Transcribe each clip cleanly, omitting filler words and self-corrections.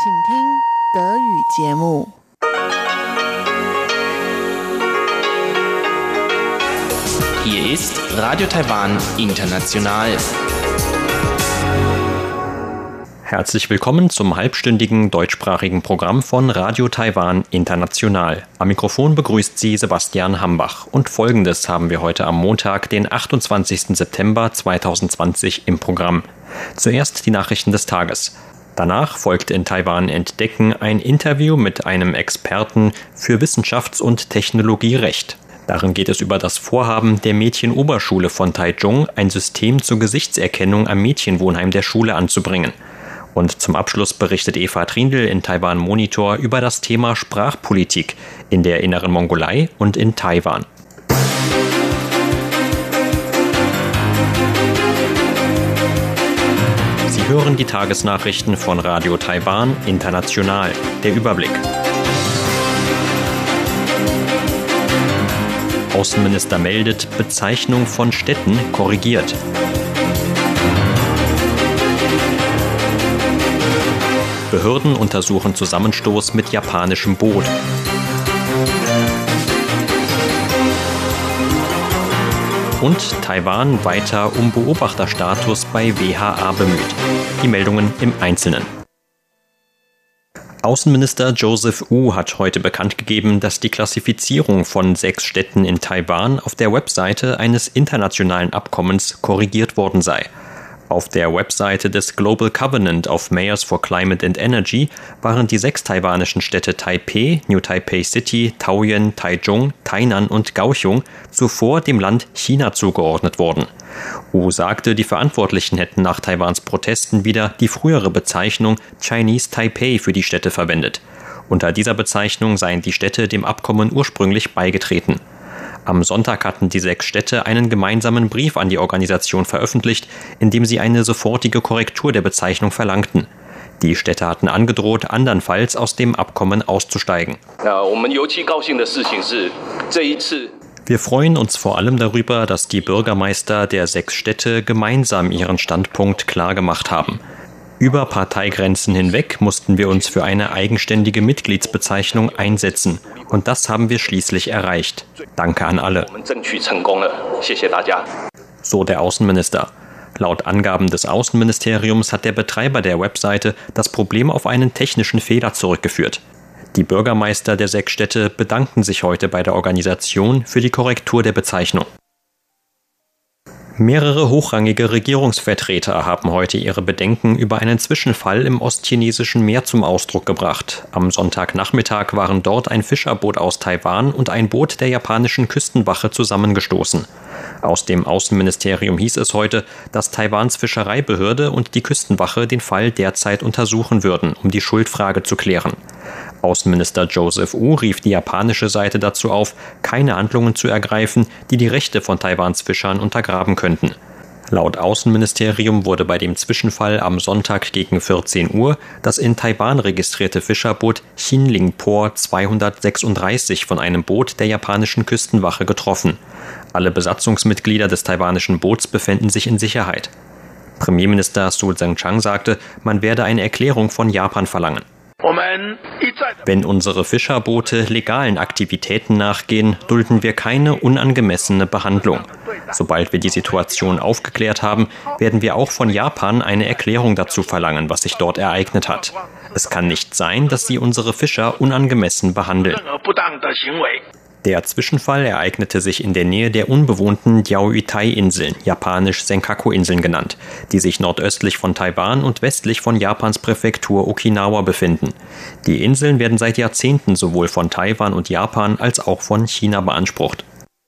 Hier ist Radio Taiwan International. Herzlich willkommen zum halbstündigen deutschsprachigen Programm von Radio Taiwan International. Am Mikrofon begrüßt Sie Sebastian Hambach. Und Folgendes haben wir heute am Montag, den 28. September 2020 im Programm. Zuerst die Nachrichten des Tages. Danach folgt in Taiwan Entdecken ein Interview mit einem Experten für Wissenschafts- und Technologierecht. Darin geht es über das Vorhaben der Mädchenoberschule von Taichung, ein System zur Gesichtserkennung am Mädchenwohnheim der Schule anzubringen. Und zum Abschluss berichtet Eva Trindl in Taiwan Monitor über das Thema Sprachpolitik in der Inneren Mongolei und in Taiwan. Sie hören die Tagesnachrichten von Radio Taiwan International. Der Überblick. Außenminister meldet, Bezeichnung von Städten korrigiert. Behörden untersuchen Zusammenstoß mit japanischem Boot. Und Taiwan weiter um Beobachterstatus bei WHA bemüht. Die Meldungen im Einzelnen. Außenminister Joseph Wu hat heute bekannt gegeben, dass die Klassifizierung von 6 Städten in Taiwan auf der Webseite eines internationalen Abkommens korrigiert worden sei. Auf der Webseite des Global Covenant of Mayors for Climate and Energy waren die 6 taiwanischen Städte Taipei, New Taipei City, Taoyuan, Taichung, Tainan und Kaohsiung zuvor dem Land China zugeordnet worden. Wu sagte, die Verantwortlichen hätten nach Taiwans Protesten wieder die frühere Bezeichnung Chinese Taipei für die Städte verwendet. Unter dieser Bezeichnung seien die Städte dem Abkommen ursprünglich beigetreten. Am Sonntag hatten die 6 Städte einen gemeinsamen Brief an die Organisation veröffentlicht, in dem sie eine sofortige Korrektur der Bezeichnung verlangten. Die Städte hatten angedroht, andernfalls aus dem Abkommen auszusteigen. Wir freuen uns vor allem darüber, dass die Bürgermeister der 6 Städte gemeinsam ihren Standpunkt klargemacht haben. Über Parteigrenzen hinweg mussten wir uns für eine eigenständige Mitgliedsbezeichnung einsetzen. Und das haben wir schließlich erreicht. Danke an alle. So der Außenminister. Laut Angaben des Außenministeriums hat der Betreiber der Webseite das Problem auf einen technischen Fehler zurückgeführt. Die Bürgermeister der 6 Städte bedanken sich heute bei der Organisation für die Korrektur der Bezeichnung. Mehrere hochrangige Regierungsvertreter haben heute ihre Bedenken über einen Zwischenfall im ostchinesischen Meer zum Ausdruck gebracht. Am Sonntagnachmittag waren dort ein Fischerboot aus Taiwan und ein Boot der japanischen Küstenwache zusammengestoßen. Aus dem Außenministerium hieß es heute, dass Taiwans Fischereibehörde und die Küstenwache den Fall derzeit untersuchen würden, um die Schuldfrage zu klären. Außenminister Joseph Wu rief die japanische Seite dazu auf, keine Handlungen zu ergreifen, die die Rechte von Taiwans Fischern untergraben könnten. Laut Außenministerium wurde bei dem Zwischenfall am Sonntag gegen 14 Uhr das in Taiwan registrierte Fischerboot Xinlingpo 236 von einem Boot der japanischen Küstenwache getroffen. Alle Besatzungsmitglieder des taiwanischen Boots befänden sich in Sicherheit. Premierminister Su Tseng-Chang sagte, man werde eine Erklärung von Japan verlangen. Wenn unsere Fischerboote legalen Aktivitäten nachgehen, dulden wir keine unangemessene Behandlung. Sobald wir die Situation aufgeklärt haben, werden wir auch von Japan eine Erklärung dazu verlangen, was sich dort ereignet hat. Es kann nicht sein, dass sie unsere Fischer unangemessen behandeln. Der Zwischenfall ereignete sich in der Nähe der unbewohnten Diaoyutai-Inseln, japanisch Senkaku-Inseln genannt, die sich nordöstlich von Taiwan und westlich von Japans Präfektur Okinawa befinden. Die Inseln werden seit Jahrzehnten sowohl von Taiwan und Japan als auch von China beansprucht.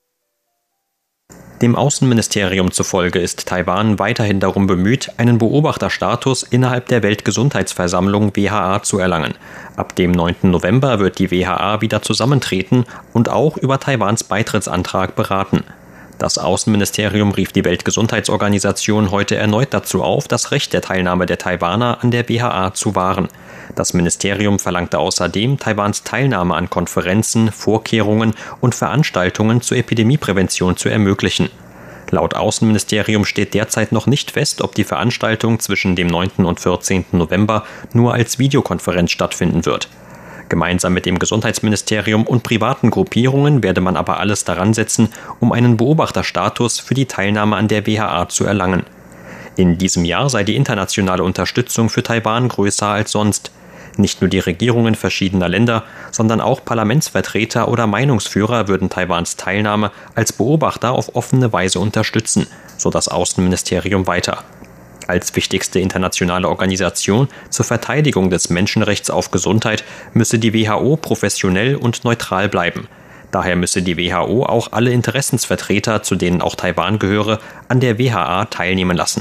Dem Außenministerium zufolge ist Taiwan weiterhin darum bemüht, einen Beobachterstatus innerhalb der Weltgesundheitsversammlung WHA zu erlangen. Ab dem 9. November wird die WHA wieder zusammentreten und auch über Taiwans Beitrittsantrag beraten. Das Außenministerium rief die Weltgesundheitsorganisation heute erneut dazu auf, das Recht der Teilnahme der Taiwaner an der WHA zu wahren. Das Ministerium verlangte außerdem, Taiwans Teilnahme an Konferenzen, Vorkehrungen und Veranstaltungen zur Epidemieprävention zu ermöglichen. Laut Außenministerium steht derzeit noch nicht fest, ob die Veranstaltung zwischen dem 9. und 14. November nur als Videokonferenz stattfinden wird. Gemeinsam mit dem Gesundheitsministerium und privaten Gruppierungen werde man aber alles daran setzen, um einen Beobachterstatus für die Teilnahme an der WHA zu erlangen. In diesem Jahr sei die internationale Unterstützung für Taiwan größer als sonst. Nicht nur die Regierungen verschiedener Länder, sondern auch Parlamentsvertreter oder Meinungsführer würden Taiwans Teilnahme als Beobachter auf offene Weise unterstützen, so das Außenministerium weiter. Als wichtigste internationale Organisation zur Verteidigung des Menschenrechts auf Gesundheit müsse die WHO professionell und neutral bleiben. Daher müsse die WHO auch alle Interessensvertreter, zu denen auch Taiwan gehöre, an der WHA teilnehmen lassen.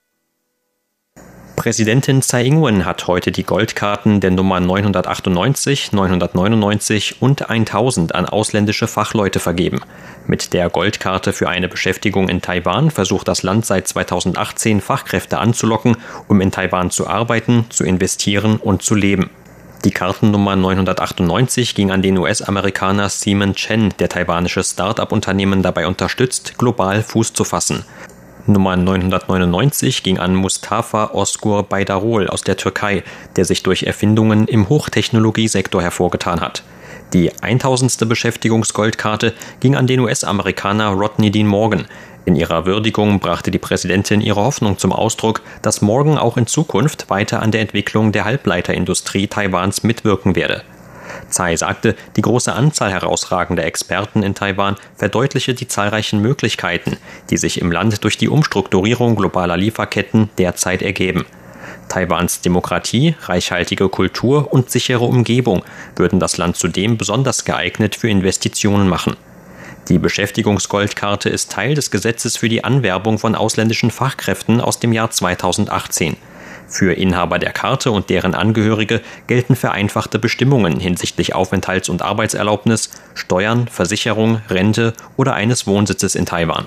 Präsidentin Tsai Ing-wen hat heute die Goldkarten der Nummern 998, 999 und 1000 an ausländische Fachleute vergeben. Mit der Goldkarte für eine Beschäftigung in Taiwan versucht das Land seit 2018 Fachkräfte anzulocken, um in Taiwan zu arbeiten, zu investieren und zu leben. Die Kartennummer 998 ging an den US-Amerikaner Seaman Chen, der taiwanische Start-up-Unternehmen dabei unterstützt, global Fuß zu fassen. Nummer 999 ging an Mustafa Özgur Baydarol aus der Türkei, der sich durch Erfindungen im Hochtechnologiesektor hervorgetan hat. Die 1000. Beschäftigungsgoldkarte ging an den US-Amerikaner Rodney Dean Morgan. In ihrer Würdigung brachte die Präsidentin ihre Hoffnung zum Ausdruck, dass Morgan auch in Zukunft weiter an der Entwicklung der Halbleiterindustrie Taiwans mitwirken werde. Tsai sagte, die große Anzahl herausragender Experten in Taiwan verdeutliche die zahlreichen Möglichkeiten, die sich im Land durch die Umstrukturierung globaler Lieferketten derzeit ergeben. Taiwans Demokratie, reichhaltige Kultur und sichere Umgebung würden das Land zudem besonders geeignet für Investitionen machen. Die Beschäftigungsgoldkarte ist Teil des Gesetzes für die Anwerbung von ausländischen Fachkräften aus dem Jahr 2018. Für Inhaber der Karte und deren Angehörige gelten vereinfachte Bestimmungen hinsichtlich Aufenthalts- und Arbeitserlaubnis, Steuern, Versicherung, Rente oder eines Wohnsitzes in Taiwan.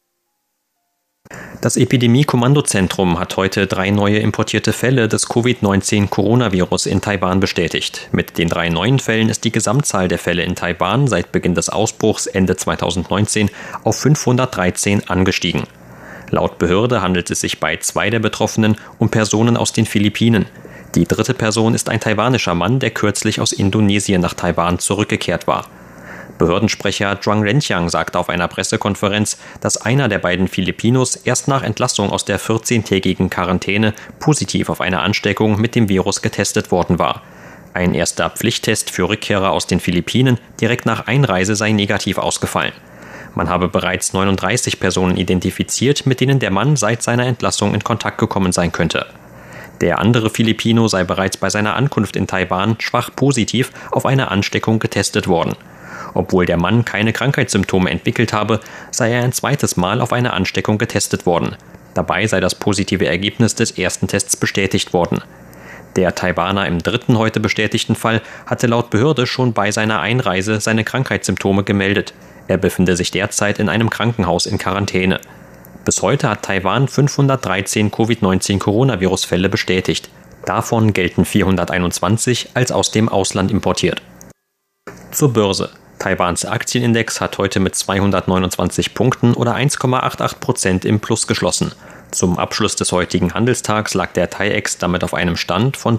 Das Epidemie-Kommandozentrum hat heute 3 neue importierte Fälle des Covid-19-Coronavirus in Taiwan bestätigt. Mit den 3 neuen Fällen ist die Gesamtzahl der Fälle in Taiwan seit Beginn des Ausbruchs Ende 2019 auf 513 angestiegen. Laut Behörde handelt es sich bei 2 der Betroffenen um Personen aus den Philippinen. Die 3. Person ist ein taiwanischer Mann, der kürzlich aus Indonesien nach Taiwan zurückgekehrt war. Behördensprecher Zhuang Renqiang sagte auf einer Pressekonferenz, dass einer der beiden Filipinos erst nach Entlassung aus der 14-tägigen Quarantäne positiv auf eine Ansteckung mit dem Virus getestet worden war. Ein erster Pflichttest für Rückkehrer aus den Philippinen direkt nach Einreise sei negativ ausgefallen. Man habe bereits 39 Personen identifiziert, mit denen der Mann seit seiner Entlassung in Kontakt gekommen sein könnte. Der andere Filipino sei bereits bei seiner Ankunft in Taiwan schwach positiv auf eine Ansteckung getestet worden. Obwohl der Mann keine Krankheitssymptome entwickelt habe, sei er ein zweites Mal auf eine Ansteckung getestet worden. Dabei sei das positive Ergebnis des ersten Tests bestätigt worden. Der Taiwaner im 3. heute bestätigten Fall hatte laut Behörde schon bei seiner Einreise seine Krankheitssymptome gemeldet. Er befinde sich derzeit in einem Krankenhaus in Quarantäne. Bis heute hat Taiwan 513 Covid-19-Coronavirus-Fälle bestätigt. Davon gelten 421 als aus dem Ausland importiert. Zur Börse. Taiwans Aktienindex hat heute mit 229 Punkten oder 1,88% im Plus geschlossen. Zum Abschluss des heutigen Handelstags lag der TAIEX damit auf einem Stand von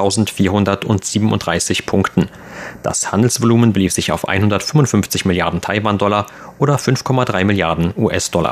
12.437 Punkten. Das Handelsvolumen belief sich auf 155 Milliarden Taiwan-Dollar oder 5,3 Milliarden US-Dollar.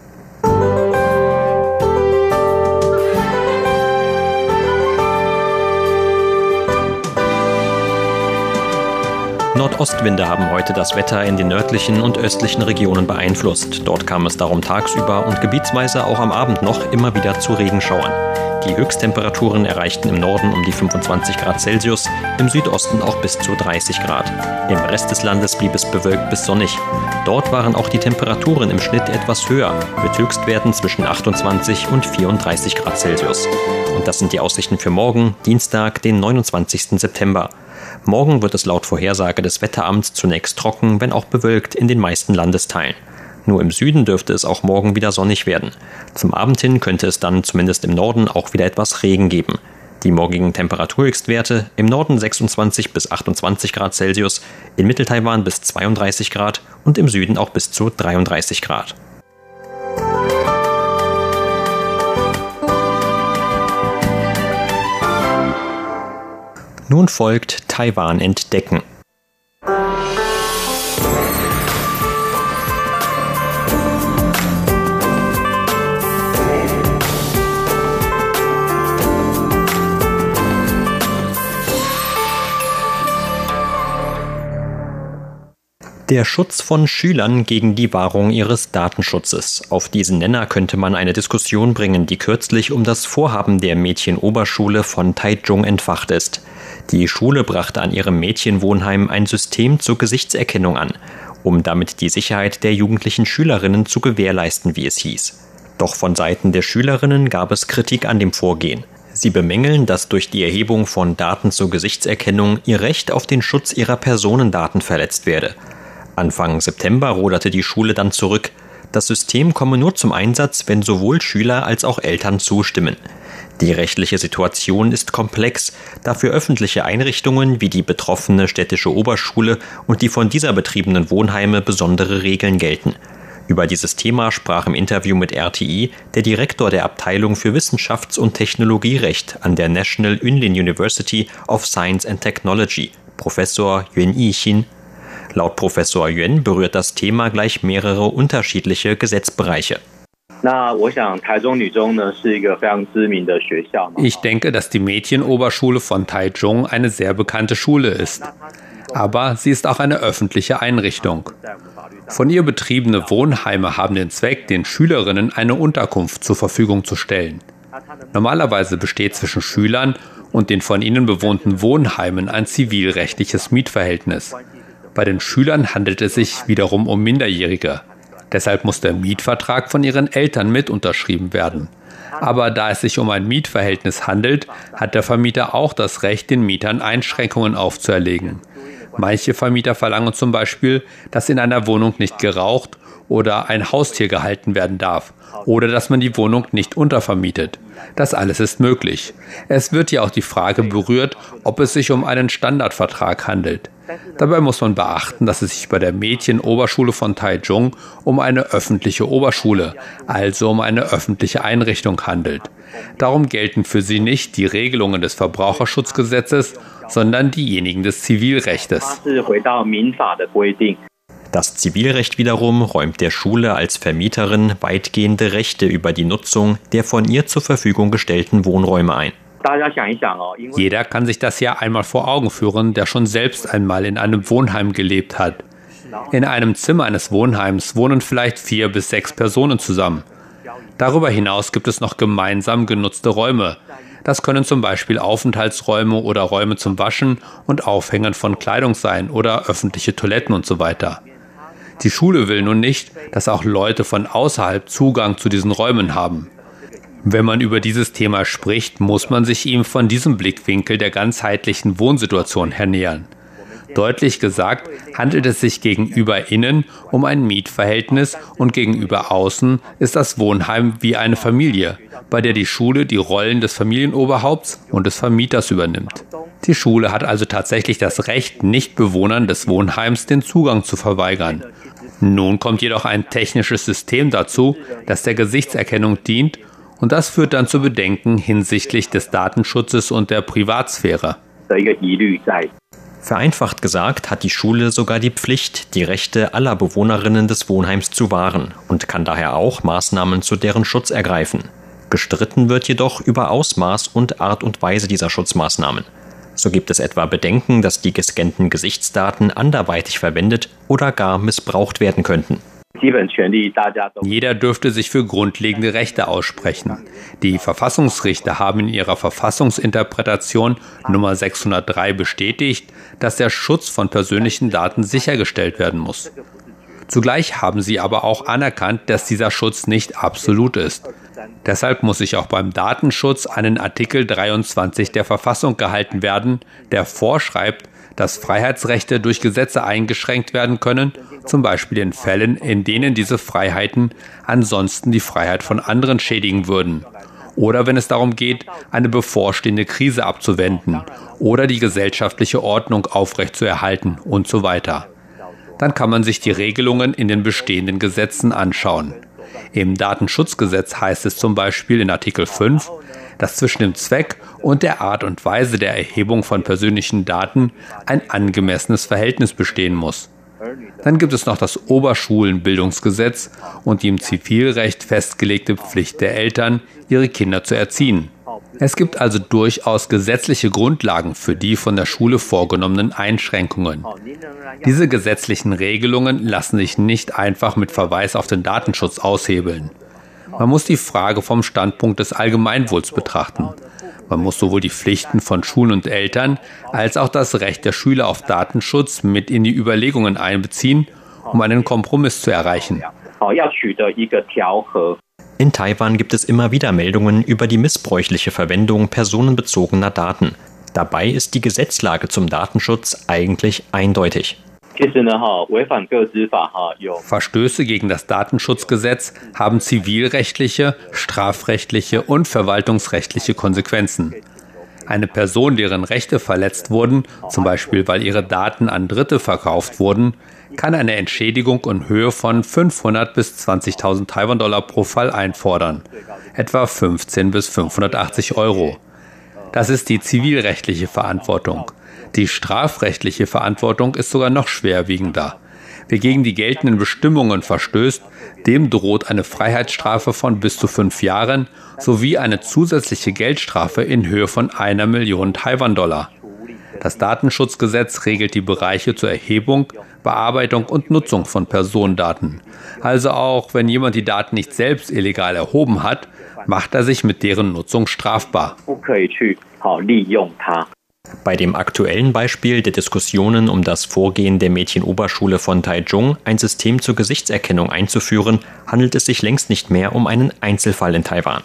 Nordostwinde haben heute das Wetter in den nördlichen und östlichen Regionen beeinflusst. Dort kam es darum tagsüber und gebietsweise auch am Abend noch immer wieder zu Regenschauern. Die Höchsttemperaturen erreichten im Norden um die 25 Grad Celsius, im Südosten auch bis zu 30 Grad. Im Rest des Landes blieb es bewölkt bis sonnig. Dort waren auch die Temperaturen im Schnitt etwas höher, mit Höchstwerten zwischen 28 und 34 Grad Celsius. Und das sind die Aussichten für morgen, Dienstag, den 29. September. Morgen wird es laut Vorhersage des Wetteramts zunächst trocken, wenn auch bewölkt in den meisten Landesteilen. Nur im Süden dürfte es auch morgen wieder sonnig werden. Zum Abend hin könnte es dann zumindest im Norden auch wieder etwas Regen geben. Die morgigen Temperaturhöchstwerte: im Norden 26 bis 28 Grad Celsius, in Mitteltaiwan bis 32 Grad und im Süden auch bis zu 33 Grad. Nun folgt Taiwan entdecken. Der Schutz von Schülern gegen die Wahrung ihres Datenschutzes. Auf diesen Nenner könnte man eine Diskussion bringen, die kürzlich um das Vorhaben der Mädchenoberschule von Taichung entfacht ist. Die Schule brachte an ihrem Mädchenwohnheim ein System zur Gesichtserkennung an, um damit die Sicherheit der jugendlichen Schülerinnen zu gewährleisten, wie es hieß. Doch von Seiten der Schülerinnen gab es Kritik an dem Vorgehen. Sie bemängeln, dass durch die Erhebung von Daten zur Gesichtserkennung ihr Recht auf den Schutz ihrer Personendaten verletzt werde. Anfang September ruderte die Schule dann zurück. Das System komme nur zum Einsatz, wenn sowohl Schüler als auch Eltern zustimmen. Die rechtliche Situation ist komplex, da für öffentliche Einrichtungen wie die betroffene städtische Oberschule und die von dieser betriebenen Wohnheime besondere Regeln gelten. Über dieses Thema sprach im Interview mit RTI der Direktor der Abteilung für Wissenschafts- und Technologierecht an der National Yunlin University of Science and Technology, Professor Yuan Yixin. Laut Professor Yuan berührt das Thema gleich mehrere unterschiedliche Gesetzbereiche. Ich denke, dass die Mädchenoberschule von Taichung eine sehr bekannte Schule ist. Aber sie ist auch eine öffentliche Einrichtung. Von ihr betriebene Wohnheime haben den Zweck, den Schülerinnen eine Unterkunft zur Verfügung zu stellen. Normalerweise besteht zwischen Schülern und den von ihnen bewohnten Wohnheimen ein zivilrechtliches Mietverhältnis. Bei den Schülern handelt es sich wiederum um Minderjährige. Deshalb muss der Mietvertrag von ihren Eltern mit unterschrieben werden. Aber da es sich um ein Mietverhältnis handelt, hat der Vermieter auch das Recht, den Mietern Einschränkungen aufzuerlegen. Manche Vermieter verlangen zum Beispiel, dass in einer Wohnung nicht geraucht oder ein Haustier gehalten werden darf oder dass man die Wohnung nicht untervermietet. Das alles ist möglich. Es wird ja auch die Frage berührt, ob es sich um einen Standardvertrag handelt. Dabei muss man beachten, dass es sich bei der Mädchenoberschule von Taichung um eine öffentliche Oberschule, also um eine öffentliche Einrichtung handelt. Darum gelten für sie nicht die Regelungen des Verbraucherschutzgesetzes, sondern diejenigen des Zivilrechtes. Das Zivilrecht wiederum räumt der Schule als Vermieterin weitgehende Rechte über die Nutzung der von ihr zur Verfügung gestellten Wohnräume ein. Jeder kann sich das ja einmal vor Augen führen, der schon selbst einmal in einem Wohnheim gelebt hat. In einem Zimmer eines Wohnheims wohnen vielleicht 4 bis 6 Personen zusammen. Darüber hinaus gibt es noch gemeinsam genutzte Räume. Das können zum Beispiel Aufenthaltsräume oder Räume zum Waschen und Aufhängen von Kleidung sein oder öffentliche Toiletten und so weiter. Die Schule will nun nicht, dass auch Leute von außerhalb Zugang zu diesen Räumen haben. Wenn man über dieses Thema spricht, muss man sich ihm von diesem Blickwinkel der ganzheitlichen Wohnsituation her nähern. Deutlich gesagt handelt es sich gegenüber innen um ein Mietverhältnis und gegenüber außen ist das Wohnheim wie eine Familie, bei der die Schule die Rollen des Familienoberhaupts und des Vermieters übernimmt. Die Schule hat also tatsächlich das Recht, Nichtbewohnern des Wohnheims den Zugang zu verweigern. Nun kommt jedoch ein technisches System dazu, das der Gesichtserkennung dient, und das führt dann zu Bedenken hinsichtlich des Datenschutzes und der Privatsphäre. Vereinfacht gesagt hat die Schule sogar die Pflicht, die Rechte aller Bewohnerinnen des Wohnheims zu wahren und kann daher auch Maßnahmen zu deren Schutz ergreifen. Gestritten wird jedoch über Ausmaß und Art und Weise dieser Schutzmaßnahmen. So gibt es etwa Bedenken, dass die gescannten Gesichtsdaten anderweitig verwendet oder gar missbraucht werden könnten. Jeder dürfte sich für grundlegende Rechte aussprechen. Die Verfassungsrichter haben in ihrer Verfassungsinterpretation Nummer 603 bestätigt, dass der Schutz von persönlichen Daten sichergestellt werden muss. Zugleich haben sie aber auch anerkannt, dass dieser Schutz nicht absolut ist. Deshalb muss sich auch beim Datenschutz an den Artikel 23 der Verfassung gehalten werden, der vorschreibt, dass Freiheitsrechte durch Gesetze eingeschränkt werden können, zum Beispiel in Fällen, in denen diese Freiheiten ansonsten die Freiheit von anderen schädigen würden. Oder wenn es darum geht, eine bevorstehende Krise abzuwenden oder die gesellschaftliche Ordnung aufrechtzuerhalten und so weiter. Dann kann man sich die Regelungen in den bestehenden Gesetzen anschauen. Im Datenschutzgesetz heißt es zum Beispiel in Artikel 5, dass zwischen dem Zweck und der Art und Weise der Erhebung von persönlichen Daten ein angemessenes Verhältnis bestehen muss. Dann gibt es noch das Oberschulenbildungsgesetz und die im Zivilrecht festgelegte Pflicht der Eltern, ihre Kinder zu erziehen. Es gibt also durchaus gesetzliche Grundlagen für die von der Schule vorgenommenen Einschränkungen. Diese gesetzlichen Regelungen lassen sich nicht einfach mit Verweis auf den Datenschutz aushebeln. Man muss die Frage vom Standpunkt des Allgemeinwohls betrachten. Man muss sowohl die Pflichten von Schulen und Eltern als auch das Recht der Schüler auf Datenschutz mit in die Überlegungen einbeziehen, um einen Kompromiss zu erreichen. In Taiwan gibt es immer wieder Meldungen über die missbräuchliche Verwendung personenbezogener Daten. Dabei ist die Gesetzlage zum Datenschutz eigentlich eindeutig. Verstöße gegen das Datenschutzgesetz haben zivilrechtliche, strafrechtliche und verwaltungsrechtliche Konsequenzen. Eine Person, deren Rechte verletzt wurden, zum Beispiel weil ihre Daten an Dritte verkauft wurden, kann eine Entschädigung in Höhe von 500 bis 20.000 Taiwan-Dollar pro Fall einfordern, etwa 15 bis 580 Euro. Das ist die zivilrechtliche Verantwortung. Die strafrechtliche Verantwortung ist sogar noch schwerwiegender. Wer gegen die geltenden Bestimmungen verstößt, dem droht eine Freiheitsstrafe von bis zu 5 Jahren sowie eine zusätzliche Geldstrafe in Höhe von 1 Million Taiwan-Dollar. Das Datenschutzgesetz regelt die Bereiche zur Erhebung, Bearbeitung und Nutzung von Personendaten. Also auch wenn jemand die Daten nicht selbst illegal erhoben hat, macht er sich mit deren Nutzung strafbar. Bei dem aktuellen Beispiel der Diskussionen um das Vorgehen der Mädchenoberschule von Taichung, ein System zur Gesichtserkennung einzuführen, handelt es sich längst nicht mehr um einen Einzelfall in Taiwan.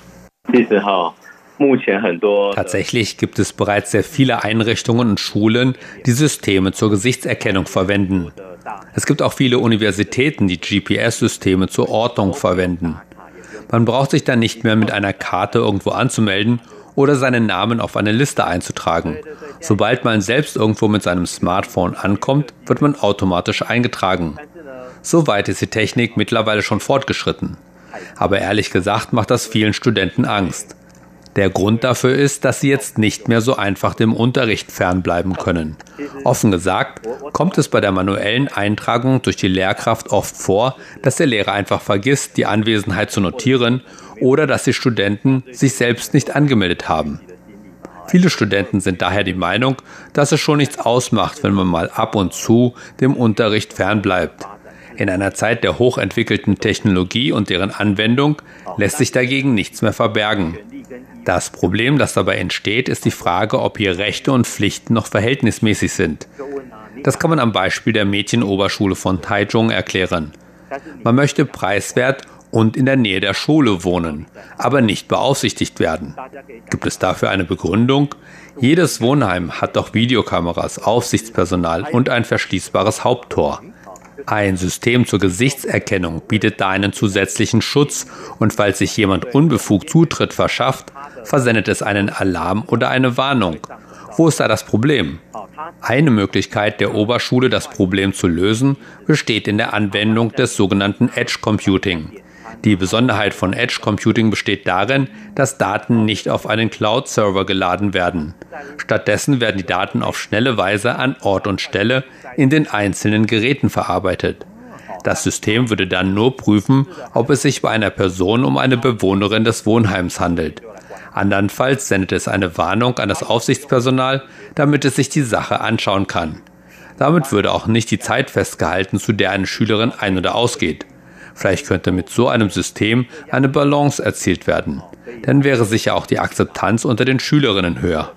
Tatsächlich gibt es bereits sehr viele Einrichtungen und Schulen, die Systeme zur Gesichtserkennung verwenden. Es gibt auch viele Universitäten, die GPS-Systeme zur Ortung verwenden. Man braucht sich dann nicht mehr mit einer Karte irgendwo anzumelden oder seinen Namen auf eine Liste einzutragen. Sobald man selbst irgendwo mit seinem Smartphone ankommt, wird man automatisch eingetragen. Soweit ist die Technik mittlerweile schon fortgeschritten. Aber ehrlich gesagt macht das vielen Studenten Angst. Der Grund dafür ist, dass sie jetzt nicht mehr so einfach dem Unterricht fernbleiben können. Offen gesagt, kommt es bei der manuellen Eintragung durch die Lehrkraft oft vor, dass der Lehrer einfach vergisst, die Anwesenheit zu notieren oder dass die Studenten sich selbst nicht angemeldet haben. Viele Studenten sind daher die Meinung, dass es schon nichts ausmacht, wenn man mal ab und zu dem Unterricht fernbleibt. In einer Zeit der hochentwickelten Technologie und deren Anwendung lässt sich dagegen nichts mehr verbergen. Das Problem, das dabei entsteht, ist die Frage, ob hier Rechte und Pflichten noch verhältnismäßig sind. Das kann man am Beispiel der Mädchenoberschule von Taichung erklären. Man möchte preiswert und in der Nähe der Schule wohnen, aber nicht beaufsichtigt werden. Gibt es dafür eine Begründung? Jedes Wohnheim hat doch Videokameras, Aufsichtspersonal und ein verschließbares Haupttor. Ein System zur Gesichtserkennung bietet da einen zusätzlichen Schutz und falls sich jemand unbefugt Zutritt verschafft, versendet es einen Alarm oder eine Warnung. Wo ist da das Problem? Eine Möglichkeit der Oberschule, das Problem zu lösen, besteht in der Anwendung des sogenannten Edge Computing. Die Besonderheit von Edge Computing besteht darin, dass Daten nicht auf einen Cloud-Server geladen werden. Stattdessen werden die Daten auf schnelle Weise an Ort und Stelle in den einzelnen Geräten verarbeitet. Das System würde dann nur prüfen, ob es sich bei einer Person um eine Bewohnerin des Wohnheims handelt. Andernfalls sendet es eine Warnung an das Aufsichtspersonal, damit es sich die Sache anschauen kann. Damit würde auch nicht die Zeit festgehalten, zu der eine Schülerin ein- oder ausgeht. Vielleicht könnte mit so einem System eine Balance erzielt werden. Dann wäre sicher auch die Akzeptanz unter den Schülerinnen höher.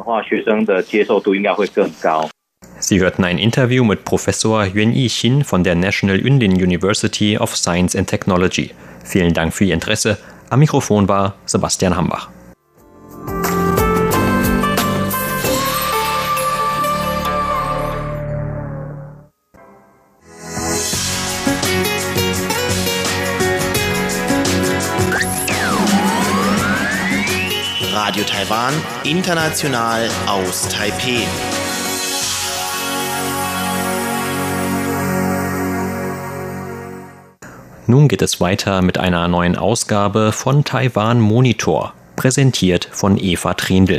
Sie hörten ein Interview mit Professor Yuan Yixin von der National Yunlin University of Science and Technology. Vielen Dank für Ihr Interesse. Am Mikrofon war Sebastian Hambach. Radio Taiwan, international aus Taipeh. Nun geht es weiter mit einer neuen Ausgabe von Taiwan Monitor. präsentiert von Eva Trindl.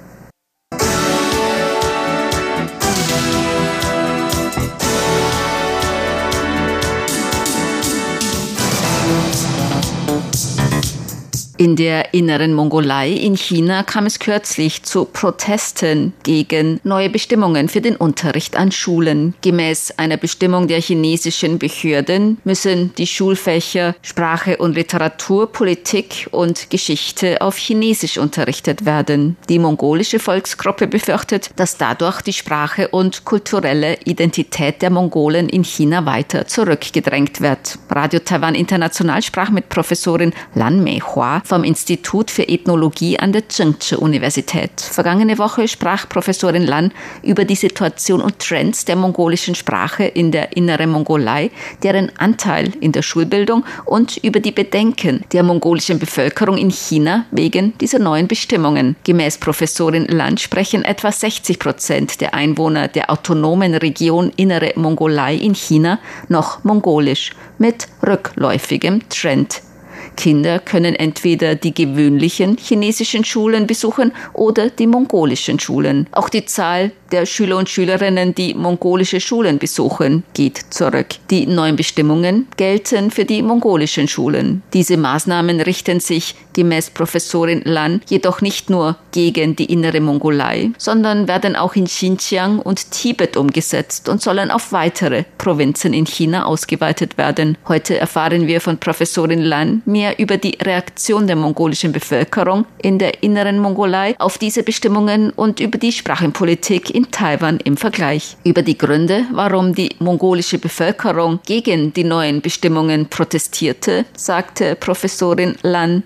In der Inneren Mongolei in China kam es kürzlich zu Protesten gegen neue Bestimmungen für den Unterricht an Schulen. Gemäß einer Bestimmung der chinesischen Behörden müssen die Schulfächer Sprache und Literatur, Politik und Geschichte auf Chinesisch unterrichtet werden. Die mongolische Volksgruppe befürchtet, dass dadurch die Sprache und kulturelle Identität der Mongolen in China weiter zurückgedrängt wird. Radio Taiwan International sprach mit Professorin Lan Meihua vom Institut für Ethnologie an der Zhengzhou-Universität. Vergangene Woche sprach Professorin Lan über die Situation und Trends der mongolischen Sprache in der Inneren Mongolei, deren Anteil in der Schulbildung und über die Bedenken der mongolischen Bevölkerung in China wegen dieser neuen Bestimmungen. Gemäß Professorin Lan sprechen etwa 60% der Einwohner der autonomen Region Innere Mongolei in China noch Mongolisch mit rückläufigem Trend. Kinder können entweder die gewöhnlichen chinesischen Schulen besuchen oder die mongolischen Schulen. Auch die Zahl der Schüler und Schülerinnen, die mongolische Schulen besuchen, geht zurück. Die neuen Bestimmungen gelten für die mongolischen Schulen. Diese Maßnahmen richten sich gemäß Professorin Lan jedoch nicht nur gegen die Innere Mongolei, sondern werden auch in Xinjiang und Tibet umgesetzt und sollen auf weitere Provinzen in China ausgeweitet werden. Heute erfahren wir von Professorin Lan mehr über die Reaktion der mongolischen Bevölkerung in der Inneren Mongolei auf diese Bestimmungen und über die Sprachenpolitik in Taiwan im Vergleich. Über die Gründe, warum die mongolische Bevölkerung gegen die neuen Bestimmungen protestierte, sagte Professorin Lan.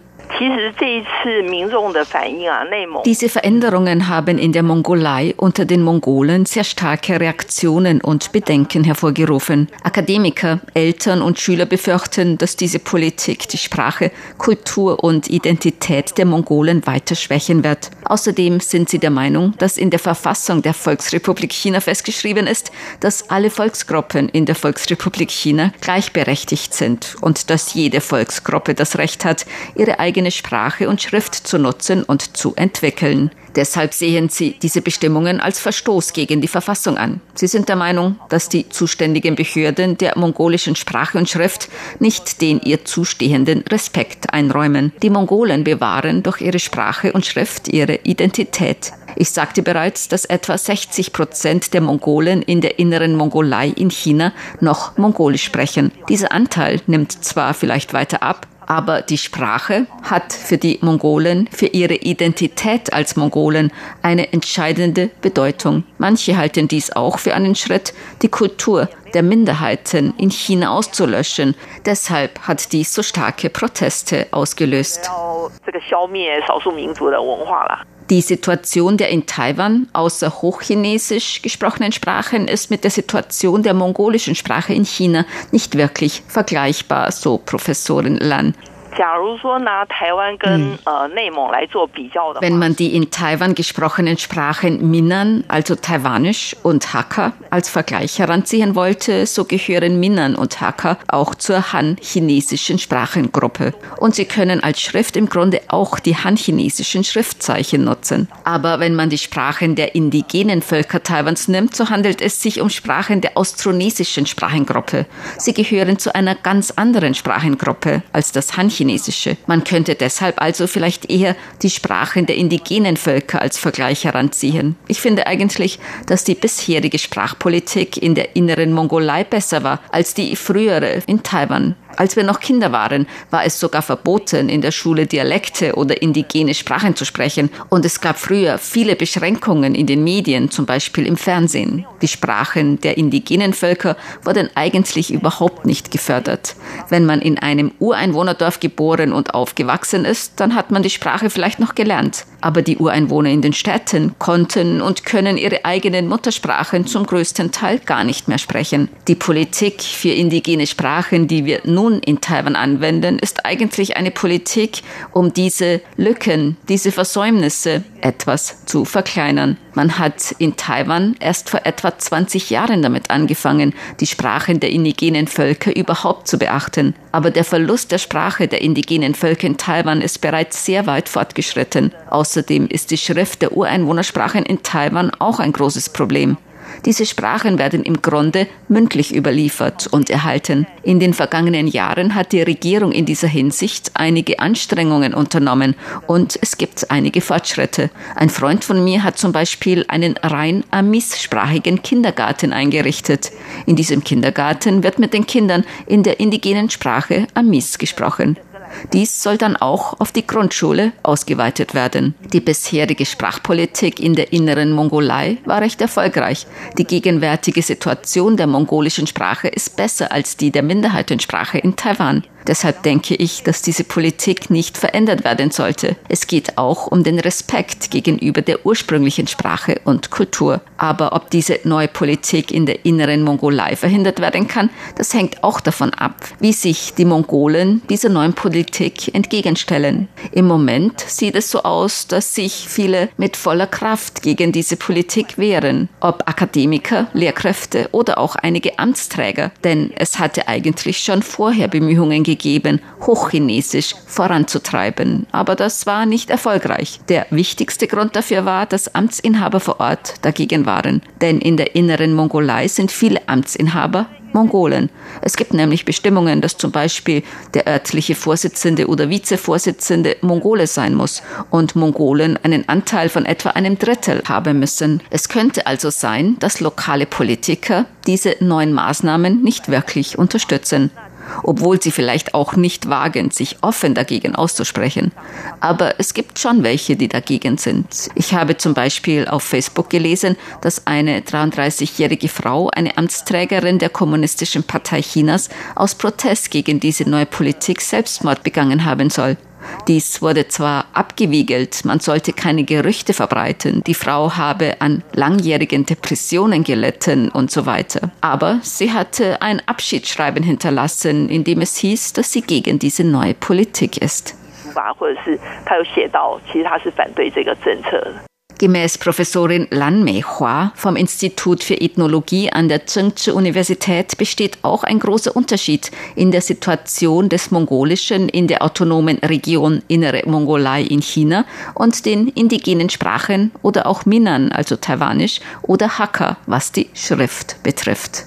Diese Veränderungen haben in der Mongolei unter den Mongolen sehr starke Reaktionen und Bedenken hervorgerufen. Akademiker, Eltern und Schüler befürchten, dass diese Politik die Sprache, Kultur und Identität der Mongolen weiter schwächen wird. Außerdem sind sie der Meinung, dass in der Verfassung der Volksrepublik China festgeschrieben ist, dass alle Volksgruppen in der Volksrepublik China gleichberechtigt sind und dass jede Volksgruppe das Recht hat, ihre eigene Sprache und Schrift zu nutzen und zu entwickeln. Deshalb sehen sie diese Bestimmungen als Verstoß gegen die Verfassung an. Sie sind der Meinung, dass die zuständigen Behörden der mongolischen Sprache und Schrift nicht den ihr zustehenden Respekt einräumen. Die Mongolen bewahren durch ihre Sprache und Schrift ihre Identität. Ich sagte bereits, dass etwa 60% der Mongolen in der Inneren Mongolei in China noch Mongolisch sprechen. Dieser Anteil nimmt zwar vielleicht weiter ab, aber die Sprache hat für die Mongolen, für ihre Identität als Mongolen eine entscheidende Bedeutung. Manche halten dies auch für einen Schritt, die Kultur der Minderheiten in China auszulöschen. Deshalb hat dies so starke Proteste ausgelöst. Die Situation der in Taiwan außer Hochchinesisch gesprochenen Sprachen ist mit der Situation der mongolischen Sprache in China nicht wirklich vergleichbar, so Professorin Lan. Wenn man die in Taiwan gesprochenen Sprachen Minnan, also Taiwanisch, und Hakka als Vergleich heranziehen wollte, so gehören Minnan und Hakka auch zur Han-chinesischen Sprachengruppe. Und sie können als Schrift im Grunde auch die Han-chinesischen Schriftzeichen nutzen. Aber wenn man die Sprachen der indigenen Völker Taiwans nimmt, so handelt es sich um Sprachen der austronesischen Sprachengruppe. Sie gehören zu einer ganz anderen Sprachengruppe als das Han-chinesische. Man könnte deshalb also vielleicht eher die Sprachen der indigenen Völker als Vergleich heranziehen. Ich finde eigentlich, dass die bisherige Sprachpolitik in der Inneren Mongolei besser war als die frühere in Taiwan. Als wir noch Kinder waren, war es sogar verboten, in der Schule Dialekte oder indigene Sprachen zu sprechen. Und es gab früher viele Beschränkungen in den Medien, zum Beispiel im Fernsehen. Die Sprachen der indigenen Völker wurden eigentlich überhaupt nicht gefördert. Wenn man in einem Ureinwohnerdorf geboren und aufgewachsen ist, dann hat man die Sprache vielleicht noch gelernt. Aber die Ureinwohner in den Städten konnten und können ihre eigenen Muttersprachen zum größten Teil gar nicht mehr sprechen. Die Politik für indigene Sprachen, die wir nun in Taiwan anwenden, ist eigentlich eine Politik, um diese Lücken, diese Versäumnisse etwas zu verkleinern. Man hat in Taiwan erst vor etwa 20 Jahren damit angefangen, die Sprachen der indigenen Völker überhaupt zu beachten. Aber der Verlust der Sprache der indigenen Völker in Taiwan ist bereits sehr weit fortgeschritten. Außerdem ist die Schrift der Ureinwohnersprachen in Taiwan auch ein großes Problem. Diese Sprachen werden im Grunde mündlich überliefert und erhalten. In den vergangenen Jahren hat die Regierung in dieser Hinsicht einige Anstrengungen unternommen und es gibt einige Fortschritte. Ein Freund von mir hat zum Beispiel einen rein amissprachigen Kindergarten eingerichtet. In diesem Kindergarten wird mit den Kindern in der indigenen Sprache Amis gesprochen. Dies soll dann auch auf die Grundschule ausgeweitet werden. Die bisherige Sprachpolitik in der inneren Mongolei war recht erfolgreich. Die gegenwärtige Situation der mongolischen Sprache ist besser als die der Minderheitensprache in Taiwan. Deshalb denke ich, dass diese Politik nicht verändert werden sollte. Es geht auch um den Respekt gegenüber der ursprünglichen Sprache und Kultur. Aber ob diese neue Politik in der inneren Mongolei verhindert werden kann, das hängt auch davon ab, wie sich die Mongolen dieser neuen Politik entgegenstellen. Im Moment sieht es so aus, dass sich viele mit voller Kraft gegen diese Politik wehren. Ob Akademiker, Lehrkräfte oder auch einige Amtsträger. Denn es hatte eigentlich schon vorher Bemühungen gegeben, Hochchinesisch voranzutreiben. Aber das war nicht erfolgreich. Der wichtigste Grund dafür war, dass Amtsinhaber vor Ort dagegen waren. Denn in der inneren Mongolei sind viele Amtsinhaber Mongolen. Es gibt nämlich Bestimmungen, dass zum Beispiel der örtliche Vorsitzende oder Vizevorsitzende Mongole sein muss und Mongolen einen Anteil von etwa 1/3 haben müssen. Es könnte also sein, dass lokale Politiker diese neuen Maßnahmen nicht wirklich unterstützen. Obwohl sie vielleicht auch nicht wagen, sich offen dagegen auszusprechen. Aber es gibt schon welche, die dagegen sind. Ich habe zum Beispiel auf Facebook gelesen, dass eine 33-jährige Frau, eine Amtsträgerin der Kommunistischen Partei Chinas, aus Protest gegen diese neue Politik Selbstmord begangen haben soll. Dies wurde zwar abgewiegelt, man sollte keine Gerüchte verbreiten, die Frau habe an langjährigen Depressionen gelitten und so weiter. Aber sie hatte ein Abschiedsschreiben hinterlassen, in dem es hieß, dass sie gegen diese neue Politik ist. Gemäß Professorin Lan Meihua vom Institut für Ethnologie an der Tsinghua-Universität besteht auch ein großer Unterschied in der Situation des Mongolischen in der autonomen Region Innere Mongolei in China und den indigenen Sprachen oder auch Minnan, also Taiwanisch, oder Hakka, was die Schrift betrifft.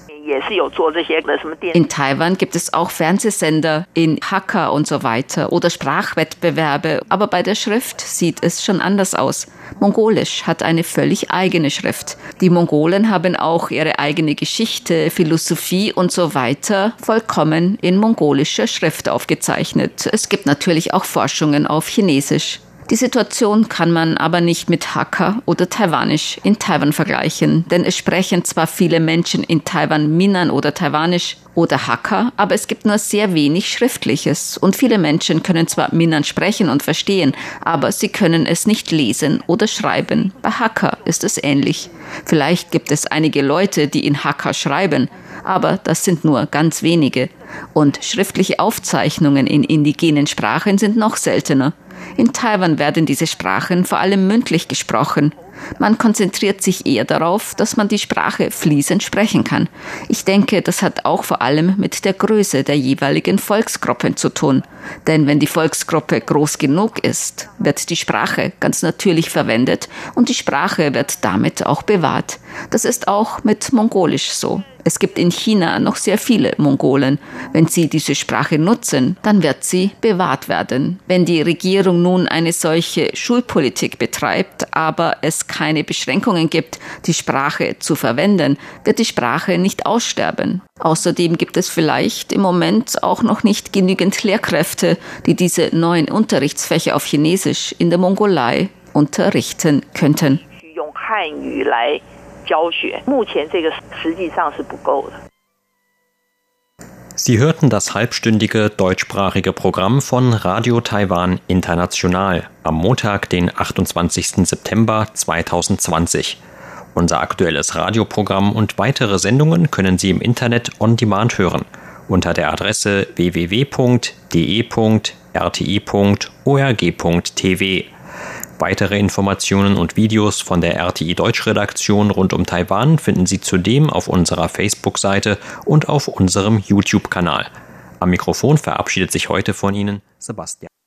In Taiwan gibt es auch Fernsehsender in Hakka und so weiter oder Sprachwettbewerbe, aber bei der Schrift sieht es schon anders aus. Mongolisch hat eine völlig eigene Schrift. Die Mongolen haben auch ihre eigene Geschichte, Philosophie und so weiter vollkommen in mongolischer Schrift aufgezeichnet. Es gibt natürlich auch Forschungen auf Chinesisch. Die Situation kann man aber nicht mit Hakka oder Taiwanisch in Taiwan vergleichen, denn es sprechen zwar viele Menschen in Taiwan Minnan oder Taiwanisch oder Hakka, aber es gibt nur sehr wenig Schriftliches und viele Menschen können zwar Minnan sprechen und verstehen, aber sie können es nicht lesen oder schreiben. Bei Hakka ist es ähnlich. Vielleicht gibt es einige Leute, die in Hakka schreiben, aber das sind nur ganz wenige. Und schriftliche Aufzeichnungen in indigenen Sprachen sind noch seltener. In Taiwan werden diese Sprachen vor allem mündlich gesprochen. Man konzentriert sich eher darauf, dass man die Sprache fließend sprechen kann. Ich denke, das hat auch vor allem mit der Größe der jeweiligen Volksgruppen zu tun. Denn wenn die Volksgruppe groß genug ist, wird die Sprache ganz natürlich verwendet und die Sprache wird damit auch bewahrt. Das ist auch mit Mongolisch so. Es gibt in China noch sehr viele Mongolen. Wenn sie diese Sprache nutzen, dann wird sie bewahrt werden. Wenn die Regierung nun eine solche Schulpolitik betreibt, aber es keine Beschränkungen gibt, die Sprache zu verwenden, wird die Sprache nicht aussterben. Außerdem gibt es vielleicht im Moment auch noch nicht genügend Lehrkräfte, die diese neuen Unterrichtsfächer auf Chinesisch in der Mongolei unterrichten könnten. Sie hörten das halbstündige deutschsprachige Programm von Radio Taiwan International am Montag, den 28. September 2020. Unser aktuelles Radioprogramm und weitere Sendungen können Sie im Internet on demand hören unter der Adresse www.de.rti.org.tv. Weitere Informationen und Videos von der RTI Deutsch-Redaktion rund um Taiwan finden Sie zudem auf unserer Facebook-Seite und auf unserem YouTube-Kanal. Am Mikrofon verabschiedet sich heute von Ihnen Sebastian.